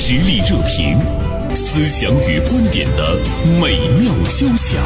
实力热评，思想与观点的美妙交响。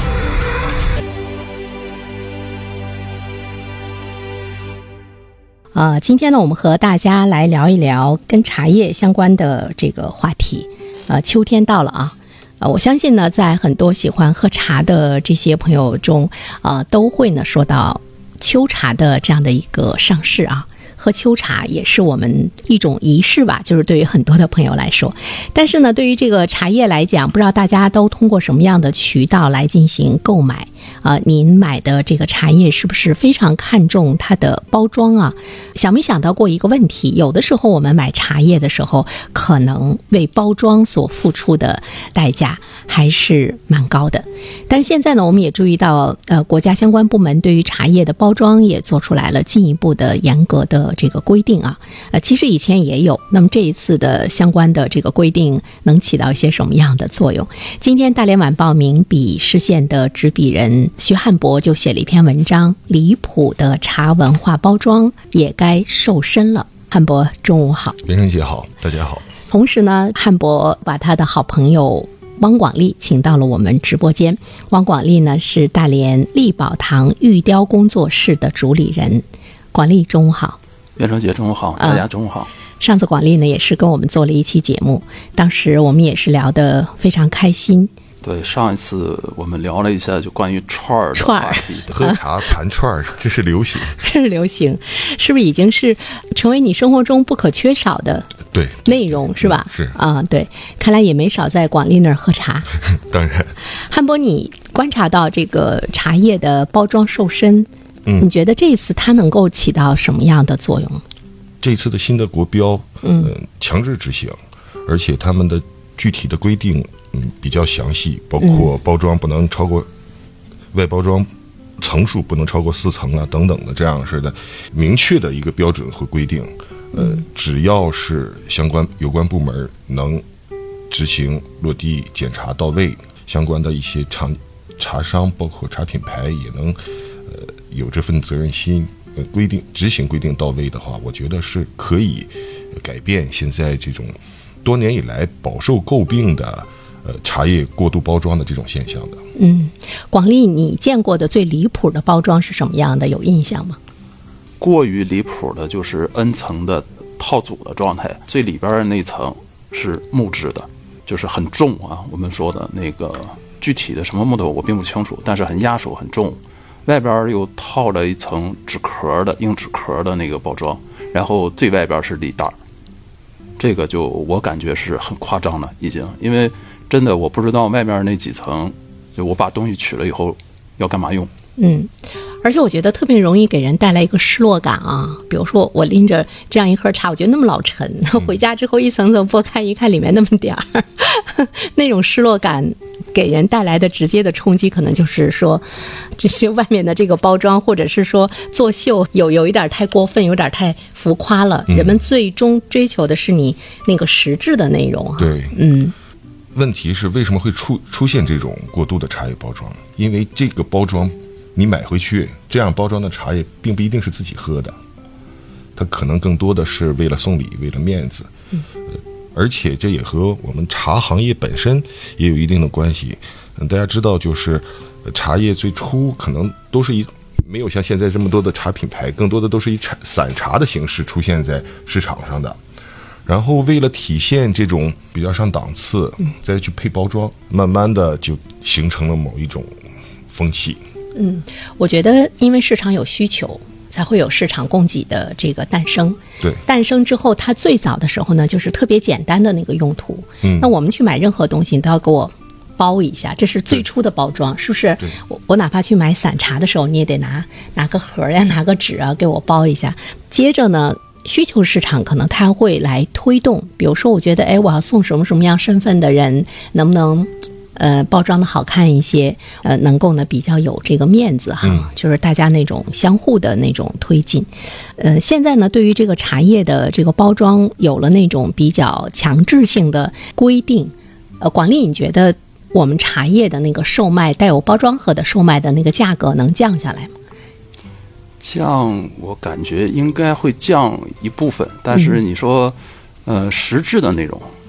今天呢，我们和大家来聊一聊跟茶叶相关的这个话题。秋天到了啊，我相信呢，在很多喜欢喝茶的这些朋友中，都会呢说到秋茶的这样的一个上市啊。喝秋茶也是我们一种仪式吧，就是对于很多的朋友来说。但是呢，对于这个茶叶来讲，不知道大家都通过什么样的渠道来进行购买您买的这个茶叶是不是非常看重它的包装啊？想没想到过一个问题，有的时候我们买茶叶的时候，可能为包装所付出的代价还是蛮高的。但是现在呢，我们也注意到国家相关部门对于茶叶的包装也做出来了进一步的严格的这个规定啊。其实以前也有，那么这一次的相关的这个规定能起到一些什么样的作用？今天大连晚报名笔视线的执笔人徐汉博就写了一篇文章，离谱的茶文化包装也该瘦身了。汉博中午好。 袁生姐好，大家好。 同时呢，汉博把他的好朋友汪广利请到了我们直播间。汪广利呢是大连力宝堂玉雕工作室的主理人。广利中午好。 袁成姐中午好，大家中午好。 上次广利呢也是跟我们做了一期节目，当时我们也是聊得非常开心。 对，上一次我们聊了一下就关于串儿的话题， 喝茶盘串儿，这是流行， 这是流行，是不是已经是成为你生活中不可缺少的内容，是吧？ 是啊，对，看来也没少在广利那儿喝茶。 当然， 汉博，你观察到这个茶叶的包装瘦身，你觉得这次它能够起到什么样的作用？ 这次的新的国标，强制执行，而且他们的具体的规定，比较详细，包括包装不能超过外包装层数不能超过4层啊，等等的这样式的明确的一个标准和规定。只要是有关部门能执行落地检查到位，相关的一些茶商包括茶品牌也能有这份责任心，执行规定到位的话，我觉得是可以改变现在这种多年以来饱受诟病的茶叶过度包装的这种现象的。 广利，你见过的最离谱的包装是什么样的？有印象吗？ 过于离谱的就是 N 层的套组的状态，最里边的那层是木质的，就是很重啊。我们说的那个具体的什么木头我并不清楚，但是很压手很重，外边又套了一层纸壳的硬纸壳的那个包装，然后最外边是礼袋。这个就我感觉是很夸张的已经，因为真的我不知道外面那几层，就我把东西取了以后要干嘛用。 而且我觉得特别容易给人带来一个失落感啊。比如说我拎着这样一盒茶，我觉得那么老沉，回家之后一层层剥开一看，里面那么点儿，那种失落感给人带来的直接的冲击，可能就是说这些外面的这个包装，或者是说作秀有一点太过分，有点太浮夸了。人们最终追求的是你那个实质的内容啊。 对，问题是为什么会出现这种过度的茶叶包装？因为这个包装你买回去这样包装的茶叶并不一定是自己喝的，它可能更多的是为了送礼，为了面子。而且这也和我们茶行业本身也有一定的关系。大家知道，就是茶叶最初可能都是没有像现在这么多的茶品牌，更多的都是以散茶的形式出现在市场上的。然后为了体现这种比较上档次，再去配包装，慢慢的就形成了某一种风气。 我觉得因为市场有需求，才会有市场供给的这个诞生。 对，诞生之后，它最早的时候呢，就是特别简单的那个用途。那我们去买任何东西，你都要给我包一下，这是最初的包装，是不是？我哪怕去买散茶的时候，你也得拿个盒呀，拿个纸啊，给我包一下。接着呢，需求市场可能它会来推动，比如说，我觉得，我要送什么什么样身份的人，能不能包装的好看一些，能够呢比较有这个面子哈，就是大家那种相互的那种推进。现在呢，对于这个茶叶的这个包装有了那种比较强制性的规定。广利，你觉得我们茶叶的那个售卖带有包装盒的售卖的那个价格能降下来吗？ 降，我感觉应该会降一部分，但是你说，实质的那种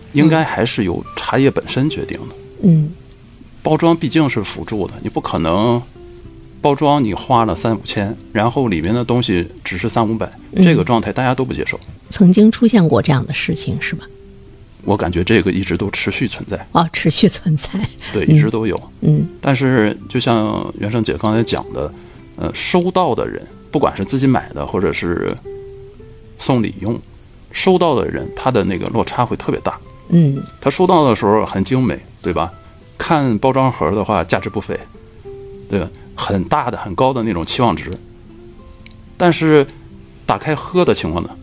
应该还是由茶叶本身决定的。 嗯， 包装毕竟是辅助的，你不可能包装你花了3-5千，然后里面的东西只是300-500，这个状态大家都不接受。 曾经出现过这样的事情是吧？ 我感觉这个一直都持续存在。 哦，持续存在。 对，一直都有。 嗯， 但是就像袁生姐刚才讲的，收到的人，不管是自己买的或者是送礼用，收到的人他的那个落差会特别大。 嗯， 他收到的时候很精美，对吧？看包装盒的话，价值不菲，对吧？很大的、很高的那种期望值。但是打开喝的情况呢，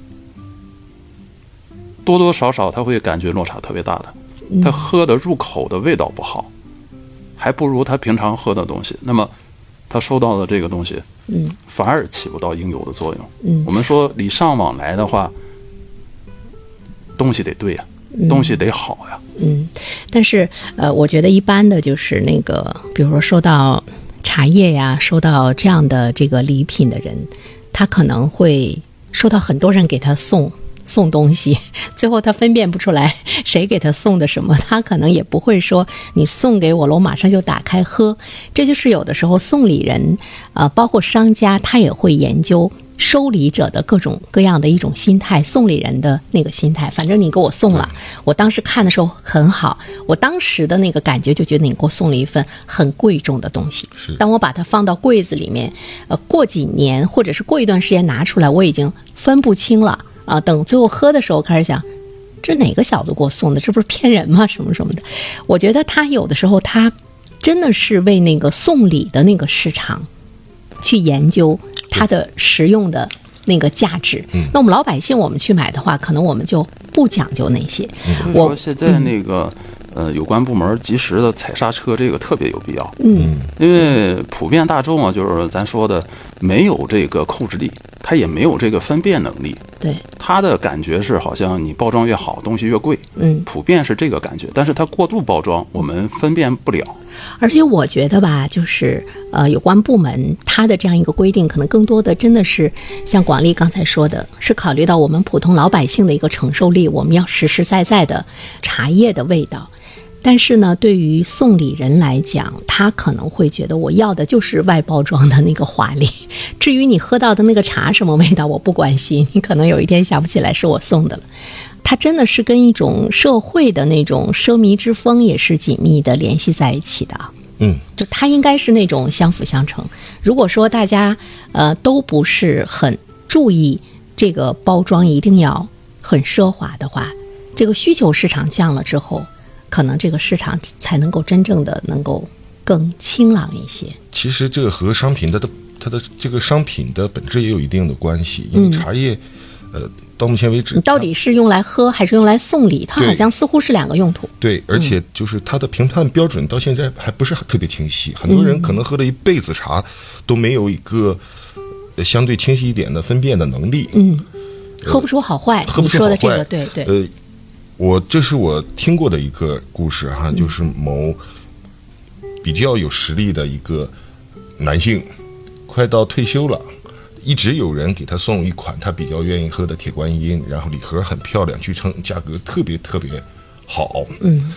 多多少少他会感觉落差特别大的。他喝的入口的味道不好，还不如他平常喝的东西。那么他收到的这个东西，反而起不到应有的作用。我们说礼尚往来的话，东西得对呀。东西得好呀。 但是我觉得一般的就是那个，比如说收到茶叶呀，收到这样的这个礼品的人，他可能会收到很多人给他送东西，最后他分辨不出来谁给他送的什么，他可能也不会说你送给我了，我马上就打开喝。这就是有的时候送礼人包括商家，他也会研究收礼者的各种各样的一种心态，送礼人的那个心态。反正你给我送了，我当时看的时候很好，我当时的那个感觉就觉得你给我送了一份很贵重的东西。当我把它放到柜子里面，过几年或者是过一段时间拿出来，我已经分不清了啊。等最后喝的时候开始想，这哪个小子给我送的？这不是骗人吗？什么什么的。我觉得他有的时候他真的是为那个送礼的那个市场去研究它的实用的那个价值。那我们老百姓我们去买的话，可能我们就不讲究那些。 我说现在那个有关部门及时的踩刹车，这个特别有必要。因为普遍大众啊，就是咱说的没有这个控制力，他也没有这个分辨能力。 对， 他的感觉是好像你包装越好，东西越贵。普遍是这个感觉，但是它过度包装，我们分辨不了。 而且我觉得吧，就是有关部门它的这样一个规定，可能更多的真的是像广利刚才说的，是考虑到我们普通老百姓的一个承受力，我们要实实在在的茶叶的味道。但是呢，对于送礼人来讲，他可能会觉得我要的就是外包装的那个华丽，至于你喝到的那个茶什么味道我不关心，你可能有一天想不起来是我送的了。它真的是跟一种社会的那种奢靡之风也是紧密的联系在一起的。就它应该是那种相辅相成。如果说大家都不是很注意这个包装一定要很奢华的话，这个需求市场降了之后，可能这个市场才能够真正的能够更清朗一些。 其实这个和商品它的这个商品的本质也有一定的关系，因为茶叶到目前为止， 你到底是用来喝还是用来送礼？它好像似乎是两个用途。 对，而且就是它的评判标准到现在还不是特别清晰，很多人可能喝了一辈子茶，都没有一个相对清晰一点的分辨的能力。 喝不出好坏。 喝不出好坏。 你说的这个，对。 这是我听过的一个故事哈，就是某比较有实力的一个男性，快到退休了。一直有人给他送一款他比较愿意喝的铁观音，然后礼盒很漂亮，据称价格特别特别好。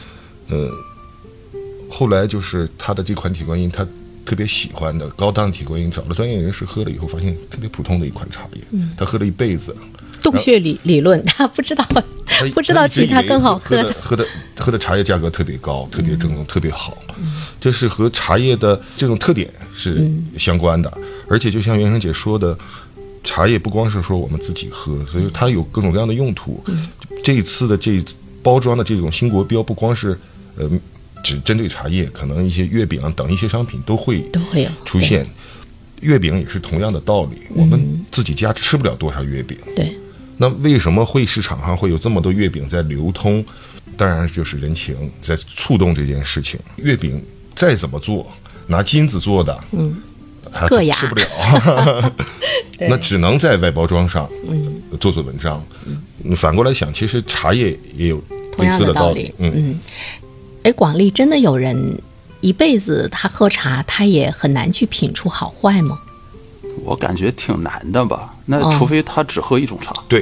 后来就是他的这款铁观音，他特别喜欢的高档铁观音，找了专业人士喝了以后，发现特别普通的一款茶叶，他喝了一辈子。 洞穴理论，他不知道其他更好喝的。 喝的茶叶价格特别高，特别正宗，特别好。这是和茶叶的这种特点是相关的。而且就像袁生姐说的，茶叶不光是说我们自己喝，所以它有各种各样的用途。这一次的包装的这种新国标，不光是只针对茶叶，可能一些月饼等一些商品都会有出现。月饼也是同样的道理，我们自己家吃不了多少月饼。 对。 那为什么市场上会有这么多月饼在流通？当然就是人情在触动这件事情。月饼再怎么做，拿金子做的，它吃不了，那只能在外包装上做文章。反过来想，其实茶叶也有类似的道理。 广利真的有人一辈子他喝茶，他也很难去品出好坏吗？ 我感觉挺难的吧，那除非他只喝一种茶。 对，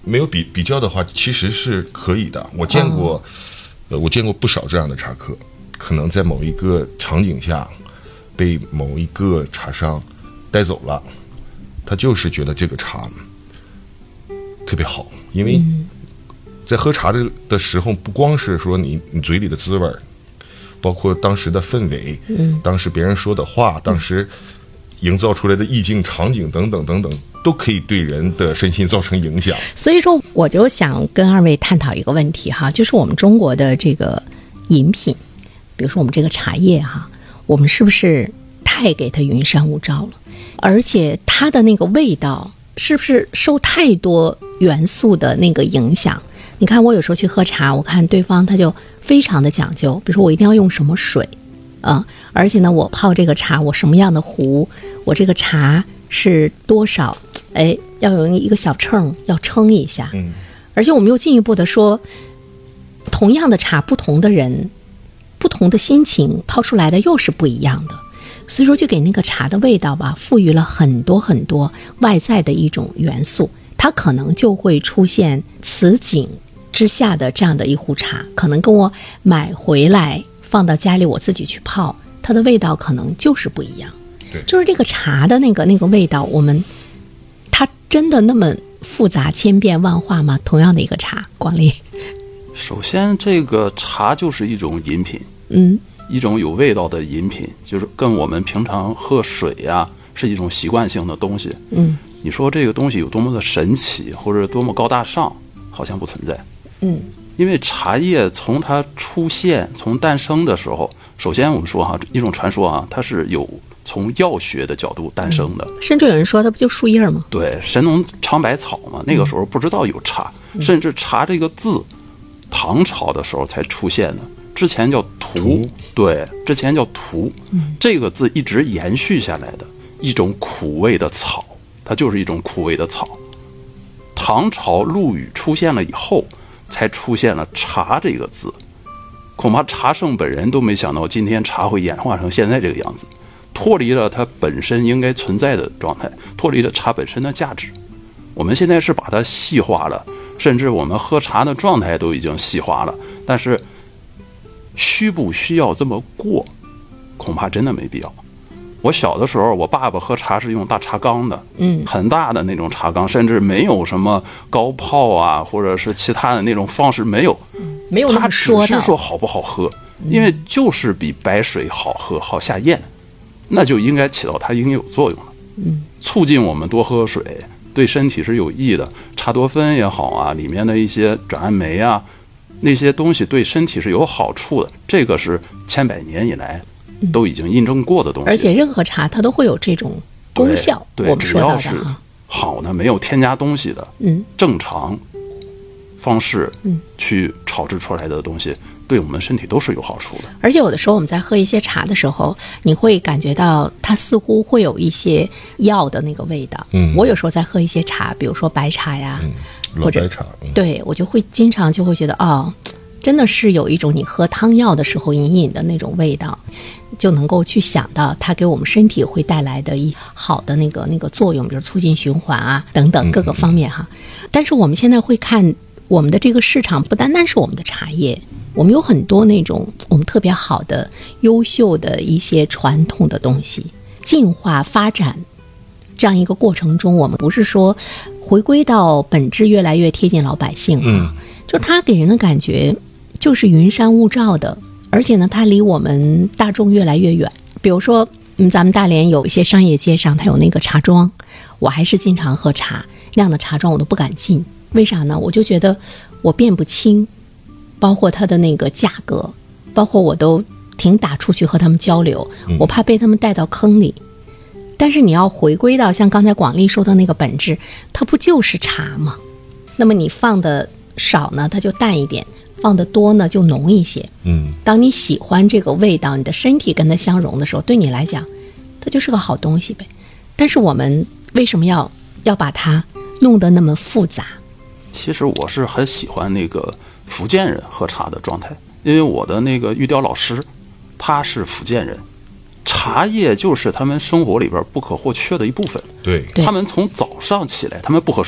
没有比较的话，其实是可以的。我见过不少这样的茶客，可能在某一个场景下被某一个茶商带走了，他就是觉得这个茶特别好，因为在喝茶的时候，不光是说你嘴里的滋味，包括当时的氛围，当时别人说的话，当时营造出来的意境、场景等等等等，都可以对人的身心造成影响。 所以说，我就想跟二位探讨一个问题哈，就是我们中国的这个饮品，比如说我们这个茶叶哈，我们是不是太给它云山雾罩了？而且它的那个味道是不是受太多元素的那个影响？你看我有时候去喝茶，我看对方他就非常的讲究，比如说我一定要用什么水而且呢我泡这个茶我什么样的壶，我这个茶是多少，要有一个小秤要称一下。而且我们又进一步的说，同样的茶，不同的人不同的心情泡出来的又是不一样的，所以说就给那个茶的味道吧赋予了很多很多外在的一种元素，它可能就会出现此景之下的这样的一壶茶，可能跟我买回来放到家里我自己去泡，它的味道可能就是不一样。 对， 就是这个茶的那个味道，它真的那么复杂千变万化吗？同样的一个茶，广利。 首先这个茶就是一种饮品，一种有味道的饮品，就是跟我们平常喝水呀是一种习惯性的东西。你说这个东西有多么的神奇或者多么高大上，好像不存在。因为茶叶从它出现从诞生的时候，首先我们说一种传说它是有从药学的角度诞生的。 甚至有人说它不就树叶吗？ 对，神农尝百草嘛，那个时候不知道有茶，甚至茶这个字唐朝的时候才出现的，之前叫荼，对，之前叫荼，这个字一直延续下来的一种苦味的草，它就是一种苦味的草。唐朝陆羽出现了以后，才出现了茶这个字。恐怕茶圣本人都没想到今天茶会演化成现在这个样子，脱离了它本身应该存在的状态，脱离了茶本身的价值。我们现在是把它细化了，甚至我们喝茶的状态都已经细化了，但是需不需要这么过，恐怕真的没必要。我小的时候，我爸爸喝茶是用大茶缸的，很大的那种茶缸，甚至没有什么高泡啊，或者是其他的那种方式，没有那么说的。 他只是说好不好喝，因为就是比白水好喝，好下咽，那就应该起到它应有作用了。促进我们多喝水，对身体是有益的。茶多酚也好啊，里面的一些转氨酶啊，那些东西对身体是有好处的，这个是千百年以来都已经印证过的东西。 而且任何茶它都会有这种功效， 对， 我们说到的只要是好的，没有添加东西的，正常方式去炒制出来的东西，对我们身体都是有好处的。 而且有的时候我们在喝一些茶的时候，你会感觉到它似乎会有一些药的那个味道。我有时候在喝一些茶，比如说白茶呀， 老白茶， 对，我就会经常就会觉得真的是有一种你喝汤药的时候隐隐的那种味道，就能够去想到它给我们身体会带来的好的那个作用，比如促进循环啊等等各个方面哈。但是我们现在会看我们的这个市场，不单单是我们的茶叶，我们有很多那种我们特别好的优秀的一些传统的东西，进化发展这样一个过程中，我们不是说回归到本质，越来越贴近老百姓就是它给人的感觉就是云山雾罩的，而且呢它离我们大众越来越远。比如说咱们大连有一些商业街上它有那个茶庄，我还是经常喝茶，那样的茶庄我都不敢进。为啥呢？我就觉得我辨不清，包括它的那个价格，包括我都挺打出去和他们交流，我怕被他们带到坑里。但是你要回归到像刚才广利说的那个本质，它不就是茶吗？那么你放的少呢，它就淡一点，放的多呢就浓一些。当你喜欢这个味道，你的身体跟它相融的时候，对你来讲它就是个好东西呗。但是我们为什么要把它弄得那么复杂？ 其实我是很喜欢那个福建人喝茶的状态，因为我的那个玉雕老师他是福建人，茶叶就是他们生活里边不可或缺的一部分。 对， 他们从早上起来他们不喝水的，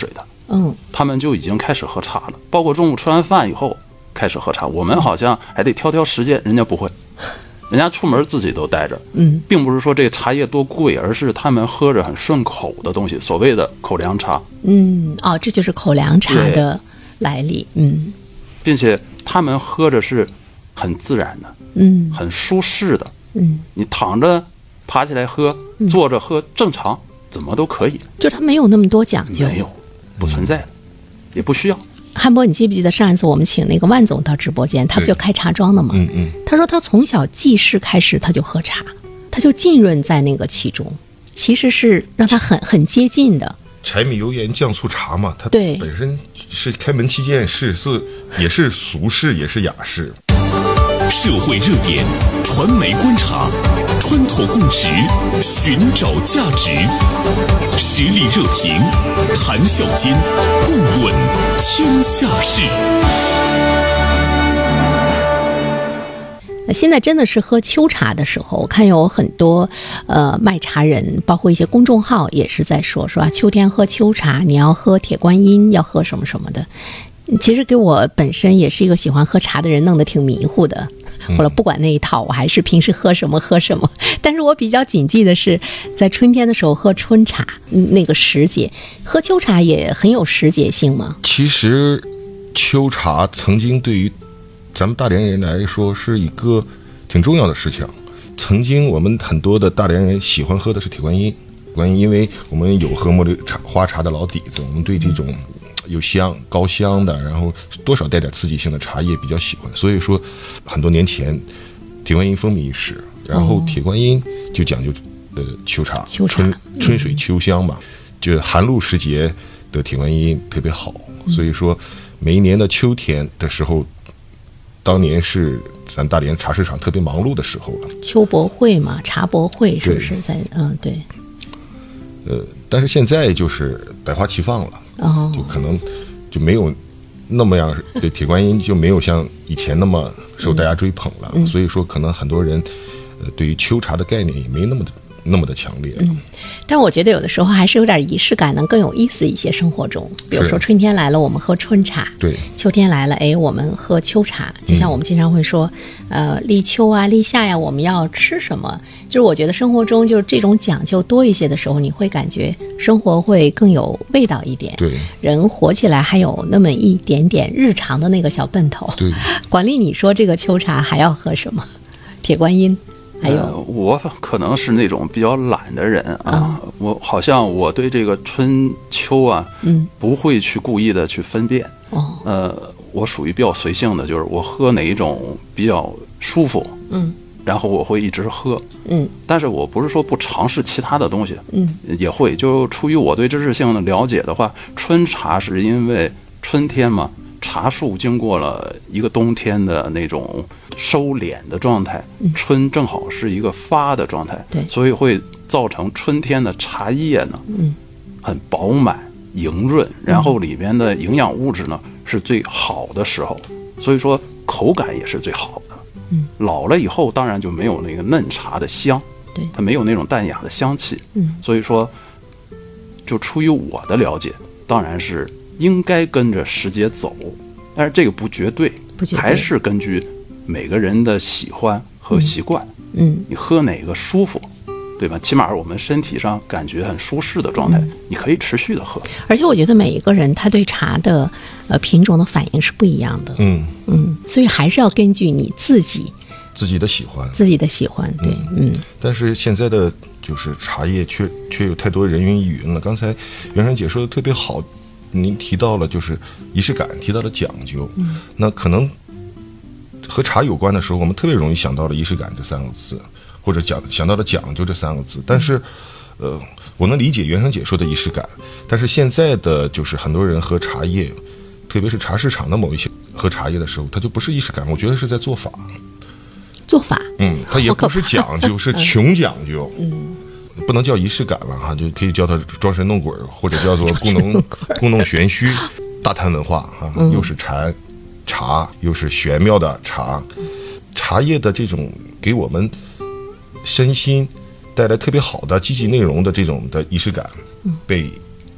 他们就已经开始喝茶了，包括中午吃完饭以后开始喝茶。我们好像还得挑时间，人家不会，人家出门自己都带着。并不是说这个茶叶多贵，而是他们喝着很顺口的东西，所谓的口粮茶。 这就是口粮茶的来历。 并且他们喝着是很自然的，很舒适的。你躺着、爬起来喝，坐着喝，正常，怎么都可以。 就它没有那么多讲究， 没有，不存在的，也不需要。 汉博，你记不记得上一次我们请那个万总到直播间，他不就开茶庄的吗？他说他从小记事开始他就喝茶，他就浸润在那个其中，其实是让他很接近的。 柴米油盐酱醋茶嘛，它本身是开门七件事，也是俗事，也是雅事。 社会热点，传媒观察，穿透共识，寻找价值，实力热评，谈笑间，共论天下事。 现在真的是喝秋茶的时候，我看有很多卖茶人，包括一些公众号也是在说啊，秋天喝秋茶，你要喝铁观音，要喝什么什么的。其实给我本身也是一个喜欢喝茶的人弄得挺迷糊的。后来不管那一套，我还是平时喝什么喝什么。但是我比较谨记的是，在春天的时候喝春茶，那个时节，喝秋茶也很有时节性嘛。 其实秋茶曾经对于咱们大连人来说是一个挺重要的事情。曾经我们很多的大连人喜欢喝的是铁观音，因为我们有喝茉莉花茶的老底子，我们对这种有香高香的，然后多少带点刺激性的茶叶比较喜欢，所以说很多年前铁观音风靡一时，然后铁观音就讲究秋茶，春水秋香嘛，就寒露时节的铁观音特别好，所以说每一年的秋天的时候，当年是咱大连茶市场特别忙碌的时候了。 秋博会嘛，茶博会是不是在对。 但是现在就是百花齐放了，就可能就没有那么样，对铁观音就没有像以前那么受大家追捧了，所以说可能很多人对于秋茶的概念也没那么的强烈。 但我觉得有的时候还是有点仪式感能更有意思一些。生活中比如说春天来了我们喝春茶， 对， 秋天来了我们喝秋茶。就像我们经常会说立秋啊立夏呀我们要吃什么，就是我觉得生活中就是这种讲究多一些的时候，你会感觉生活会更有味道一点， 对， 人活起来还有那么一点点日常的那个小奔头。 对， 管理你说这个秋茶还要喝什么？铁观音还有我可能是那种比较懒的人啊，我好像我对这个春秋啊，不会去故意的去分辨。我属于比较随性的，就是我喝哪一种比较舒服，然后我会一直喝，但是我不是说不尝试其他的东西，也会。就出于我对知识性的了解的话，春茶是因为春天嘛，茶树经过了一个冬天的那种收敛的状态，春正好是一个发的状态，所以会造成春天的茶叶呢，很饱满莹润，然后里边的营养物质呢是最好的时候，所以说口感也是最好的。老了以后当然就没有那个嫩茶的香， 对， 它没有那种淡雅的香气，所以说就出于我的了解，当然是应该跟着时节走，但是这个不绝对，还是根据每个人的喜欢和习惯，你喝哪个舒服，对吧？起码我们身体上感觉很舒适的状态，你可以持续的喝。 而且我觉得每一个人他对茶的品种的反应是不一样的，所以还是要根据你自己的喜欢，对， 但是现在的就是茶叶却有太多人云亦云了。刚才袁山姐说的特别好，您提到了就是仪式感，提到了讲究，那可能和茶有关的时候，我们特别容易想到了仪式感这三个字，或者想到了讲究这三个字。但是我能理解袁山姐说的仪式感，但是现在的就是很多人喝茶叶，特别是茶市场的某一些喝茶叶的时候，它就不是仪式感，我觉得是在做法，它也不是讲究，是穷讲究，不能叫仪式感了哈，就可以叫它装神弄鬼，或者叫做故弄玄虚，大谈文化哈，又是茶，又是玄妙的茶叶的这种给我们身心带来特别好的积极内容的这种的仪式感，被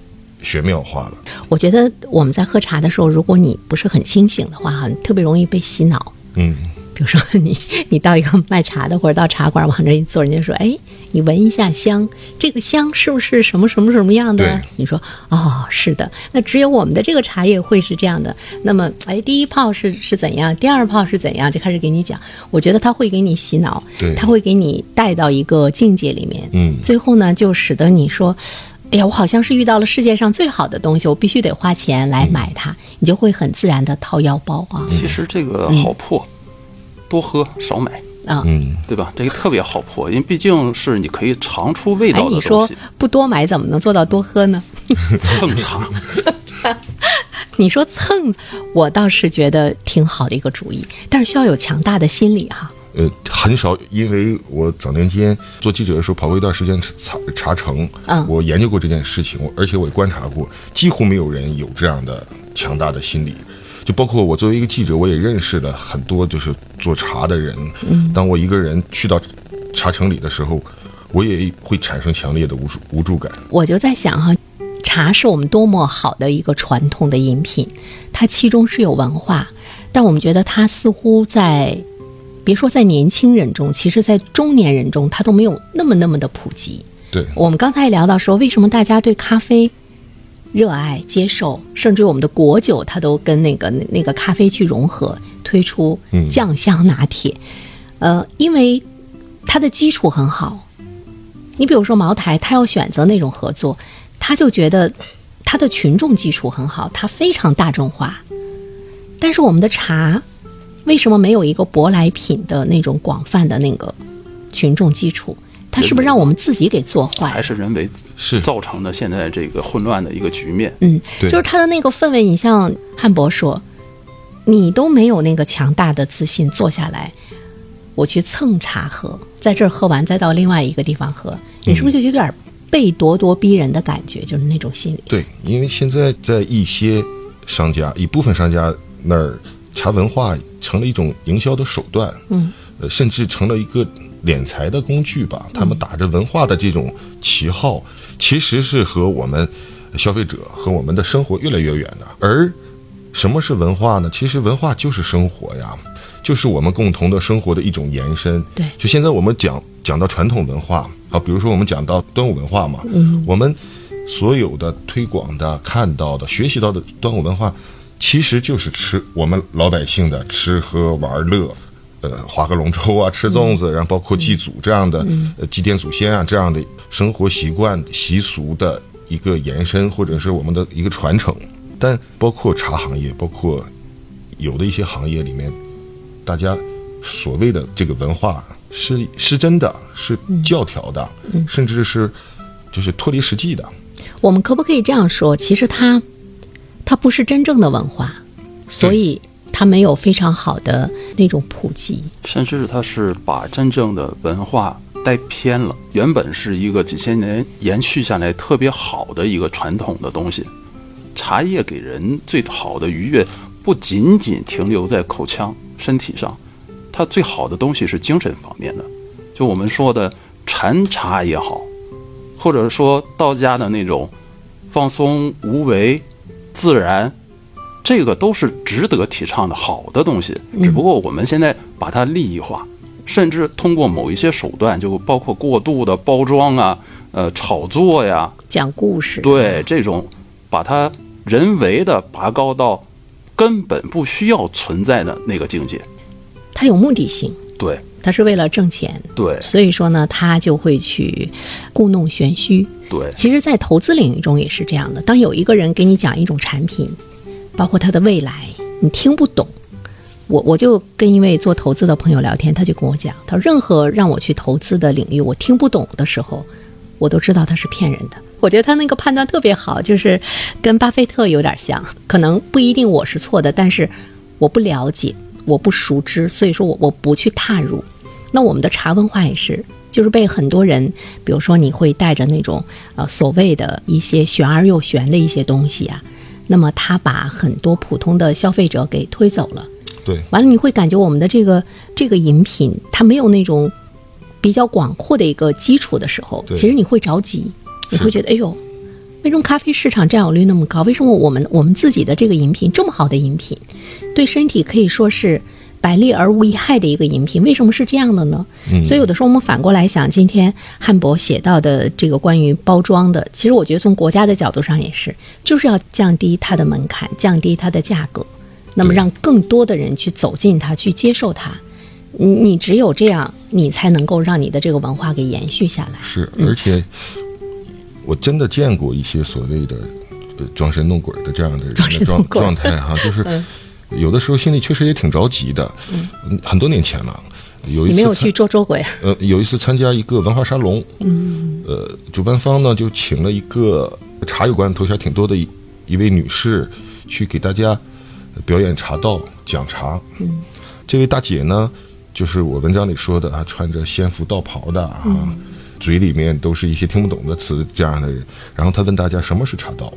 玄妙化了。 我觉得我们在喝茶的时候，如果你不是很清醒的话，特别容易被洗脑。比如说你到一个卖茶的或者到茶馆往这一坐，人家说，哎，你闻一下香，这个香是不是什么什么什么样的？你说哦，是的。那只有我们的这个茶叶会是这样的。那么，哎，第一泡是怎样，第二泡是怎样，就开始给你讲。我觉得他会给你洗脑，他会给你带到一个境界里面。最后呢，就使得你说，哎呀，我好像是遇到了世界上最好的东西，我必须得花钱来买它，你就会很自然的掏腰包啊。 其实这个好破。多喝少买啊， 对吧？这个特别好破，因为毕竟是你可以尝出味道的东西。 你说不多买怎么能做到多喝呢？ 蹭茶， 你说蹭，我倒是觉得挺好的一个主意，但是需要有强大的心理哈。 很少，因为我早年间做记者的时候跑过一段时间茶城，我研究过这件事情，而且我也观察过，几乎没有人有这样的强大的心理。就包括我作为一个记者，我也认识了很多就是做茶的人。当我一个人去到茶城里的时候，我也会产生强烈的无助感。 我就在想哈，茶是我们多么好的一个传统的饮品，它其中是有文化，但我们觉得它似乎在，别说在年轻人中，其实在中年人中，它都没有那么的普及。 对， 我们刚才也聊到说，为什么大家对咖啡热爱接受，甚至我们的果酒它都跟那个咖啡去融合，推出酱香拿铁。因为它的基础很好。你比如说茅台，它要选择那种合作，他就觉得它的群众基础很好，它非常大众化。但是我们的茶为什么没有一个舶来品的那种广泛的那个群众基础？它是不是让我们自己给做坏？ 还是人为造成的现在这个混乱的一个局面？ 就是它的那个氛围。你像汉博说，你都没有那个强大的自信坐下来，我去蹭茶喝，在这儿喝完再到另外一个地方喝，你是不是就有点被咄咄逼人的感觉？就是那种心理。 对，因为现在在一部分商家那儿，茶文化成了一种营销的手段，甚至成了一个敛财的工具吧。他们打着文化的这种旗号，其实是和我们消费者和我们的生活越来越远的。而什么是文化呢？其实文化就是生活呀，就是我们共同的生活的一种延伸。 对， 就现在我们讲到传统文化啊，比如说我们讲到端午文化嘛，我们所有的推广的、看到的、学习到的端午文化，其实就是我们老百姓的吃喝玩乐。划个龙舟啊，吃粽子，然后包括祭祖这样的，祭奠祖先啊这样的生活习惯习俗的一个延伸，或者是我们的一个传承。但包括茶行业，包括有的一些行业里面，大家所谓的这个文化是真的，是教条的，甚至是就是脱离实际的。 我们可不可以这样说？其实它不是真正的文化，所以它没有非常好的那种普及， 甚至它是把真正的文化带偏了。原本是一个几千年延续下来特别好的一个传统的东西。茶叶给人最好的愉悦，不仅仅停留在口腔身体上，它最好的东西是精神方面的。就我们说的禅茶也好，或者说道家的那种放松无为自然，这个都是值得提倡的好的东西。只不过我们现在把它利益化，甚至通过某一些手段，就包括过度的包装啊、炒作呀、 讲故事， 对，这种把它人为的拔高到根本不需要存在的那个境界。 它有目的性， 对， 它是为了挣钱， 对， 所以说呢，它就会去故弄玄虚。 对， 其实在投资领域中也是这样的。当有一个人给你讲一种产品，包括它的未来，你听不懂，我就跟一位做投资的朋友聊天，他就跟我讲，他说任何让我去投资的领域我听不懂的时候，我都知道他是骗人的。我觉得他那个判断特别好，就是跟巴菲特有点像，可能不一定我是错的，但是我不了解，我不熟知，所以说我不去踏入。那我们的茶文化也是，就是被很多人，比如说你会带着那种所谓的一些玄而又玄的一些东西啊，那么他把很多普通的消费者给推走了。 对， 完了你会感觉我们的这个饮品它没有那种比较广阔的一个基础的时候，其实你会着急，你会觉得哎呦， 为什么咖啡市场占有率那么高？为什么我们自己的这个饮品这么好的饮品，对身体可以说是百利而无一害的一个饮品，为什么是这样的呢？所以有的时候我们反过来想，今天汉博写到的这个关于包装的，其实我觉得从国家的角度上也是，就是要降低它的门槛，降低它的价格，那么让更多的人去走进它，去接受它。你只有这样，你才能够让你的这个文化给延续下来。 是，而且我真的见过一些所谓的装神弄鬼的这样的人的状态哈，就是有的时候心里确实也挺着急的。很多年前了，有一次你没有去捉鬼？ 有一次参加一个文化沙龙，主办方呢就请了一个茶有关头衔挺多的一位女士去给大家表演茶道讲茶。这位大姐呢，就是我文章里说的啊，穿着仙服道袍的啊，嘴里面都是一些听不懂的词这样的人。然后她问大家什么是茶道，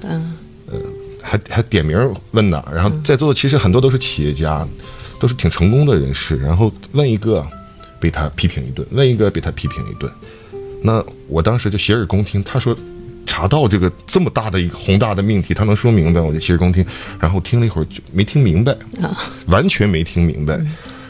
还点名问呢。然后在座的其实很多都是企业家，都是挺成功的人士。然后问一个被他批评一顿，问一个被他批评一顿。那我当时就洗耳恭听，他说茶道这个这么大的一个宏大的命题，他能说明白，我就洗耳恭听。然后听了一会儿就没听明白，完全没听明白。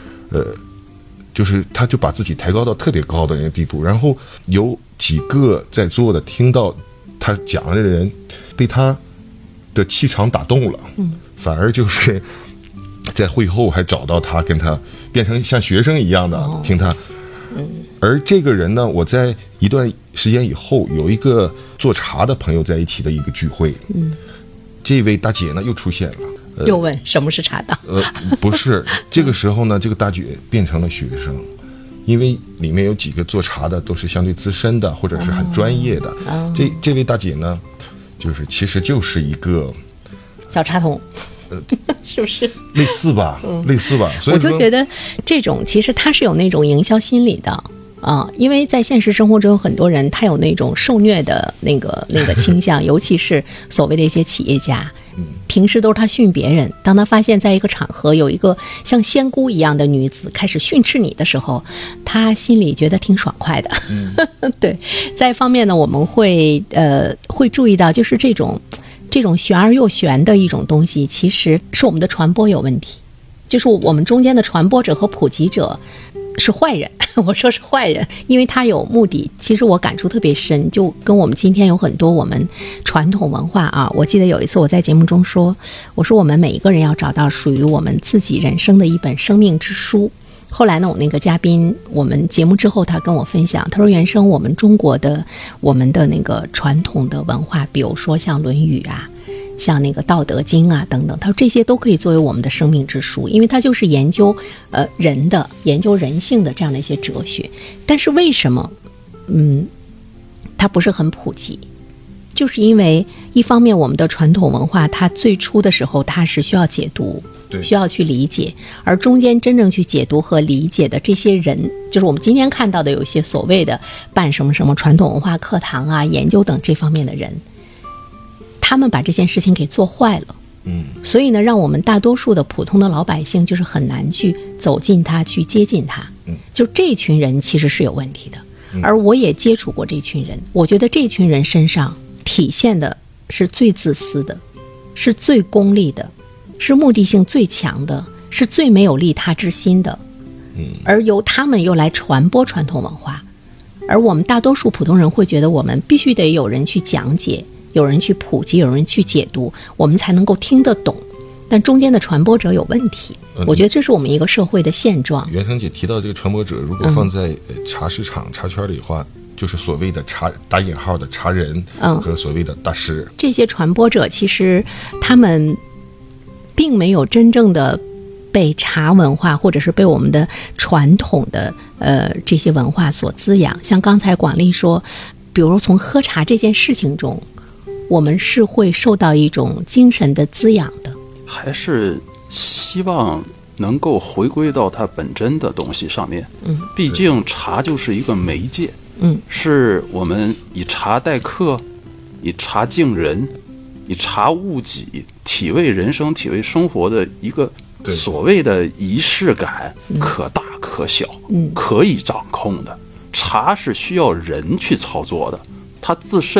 就是他就把自己抬高到特别高的那个地步，然后有几个在座的听到他讲的人被他的气场打动了，反而就是在会后还找到他，跟他变成像学生一样的听他。而这个人呢，我在一段时间以后有一个做茶的朋友在一起的一个聚会，这位大姐呢又出现了。 又问什么是茶道？ 不是，这个时候呢，这个大姐变成了学生，因为里面有几个做茶的都是相对资深的，或者是很专业的。这位大姐呢，其实就是一个小茶童，是不是？ 类似吧，类似吧。所以我就觉得这种其实他是有那种营销心理的。因为在现实生活中有很多人他有那种受虐的那个倾向，尤其是所谓的一些企业家，平时都是他训别人，当他发现在一个场合有一个像仙姑一样的女子开始训斥你的时候，他心里觉得挺爽快的。对，在一方面呢，我们会注意到，就是这种玄而又玄的一种东西，其实是我们的传播有问题，就是我们中间的传播者和普及者是坏人。我说是坏人，因为他有目的。其实我感触特别深，就跟我们今天有很多我们传统文化啊。我记得有一次我在节目中说，我说我们每一个人要找到属于我们自己人生的一本生命之书。后来呢，我那个嘉宾，我们节目之后他跟我分享，他说原生我们中国的我们的那个传统的文化，比如说像《论语》啊，像那个《道德经》啊等等，他说这些都可以作为我们的生命之书，因为它就是研究研究人性的这样的一些哲学。但是为什么它不是很普及？就是因为一方面我们的传统文化它最初的时候它是需要解读，需要去理解，而中间真正去解读和理解的这些人，就是我们今天看到的有一些所谓的办什么什么传统文化课堂啊、研究等这方面的人，他们把这件事情给做坏了。所以呢，让我们大多数的普通的老百姓就是很难去走近他，去接近他。就这群人其实是有问题的。而我也接触过这群人，我觉得这群人身上体现的是最自私的，是最功利的，是目的性最强的，是最没有利他之心的。而由他们又来传播传统文化，而我们大多数普通人会觉得我们必须得有人去讲解，有人去普及，有人去解读，我们才能够听得懂。但中间的传播者有问题，我觉得这是我们一个社会的现状。 袁生姐提到这个传播者，如果放在茶市场、茶圈里的话，就是所谓的茶打引号的茶人和所谓的大师。 这些传播者其实他们并没有真正的被茶文化或者是被我们的传统的这些文化所滋养。像刚才广利说，比如从喝茶这件事情中，我们是会受到一种精神的滋养的， 还是希望能够回归到它本真的东西上面。毕竟茶就是一个媒介，是我们以茶待客，以茶敬人，以茶悟己，体味人生、体味生活的一个所谓的仪式感，可大可小，可以掌控的。茶是需要人去操作的，它自身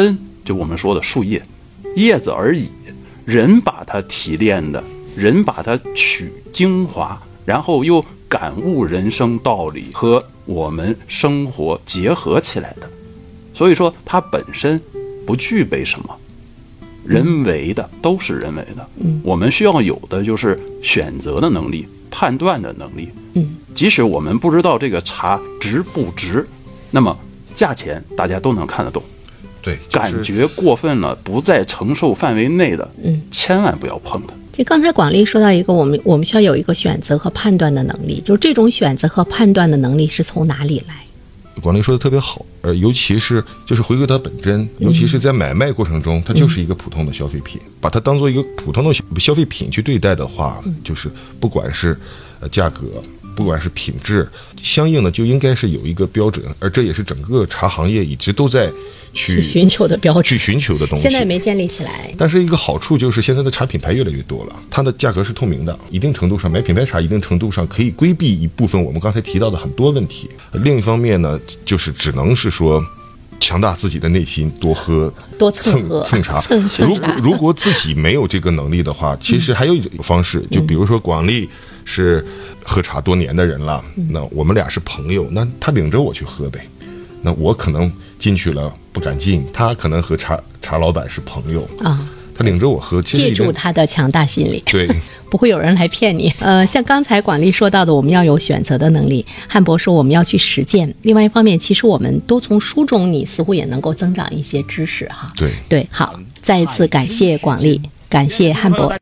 就我们说的树叶，叶子而已。人把它提炼的，人把它取精华，然后又感悟人生道理和我们生活结合起来的。所以说它本身不具备什么，人为的都是人为的。我们需要有的就是选择的能力，判断的能力。即使我们不知道这个茶值不值，那么价钱大家都能看得懂。 对， 感觉过分了，不在承受范围内的，千万不要碰它。 就刚才广利说到一个，我们需要有一个选择和判断的能力，就是这种选择和判断的能力是从哪里来？ 广利说的特别好，尤其是就是回归到本真，尤其是在买卖过程中，它就是一个普通的消费品，把它当做一个普通的消费品去对待的话，就是不管是价格，不管是品质，相应的就应该是有一个标准，而这也是整个茶行业一直都在去寻求的标准， 去寻求的东西。 现在没建立起来。 但是一个好处就是现在的茶品牌越来越多了，它的价格是透明的，一定程度上买品牌茶一定程度上可以规避一部分我们刚才提到的很多问题。另一方面呢，就是只能是说强大自己的内心，多喝多蹭茶。如果自己没有这个能力的话，其实还有一种方式，就比如说广利是喝茶多年的人了，那我们俩是朋友，那他领着我去喝呗。那我可能进去了不敢进，他可能和茶老板是朋友啊，他领着我喝，其实借助他的强大心理， 对， 不会有人来骗你。像刚才广利说到的，我们要有选择的能力，汉博说我们要去实践。另外一方面，其实我们多从书中，你似乎也能够增长一些知识哈。 对， 好，再一次感谢广利，感谢汉博。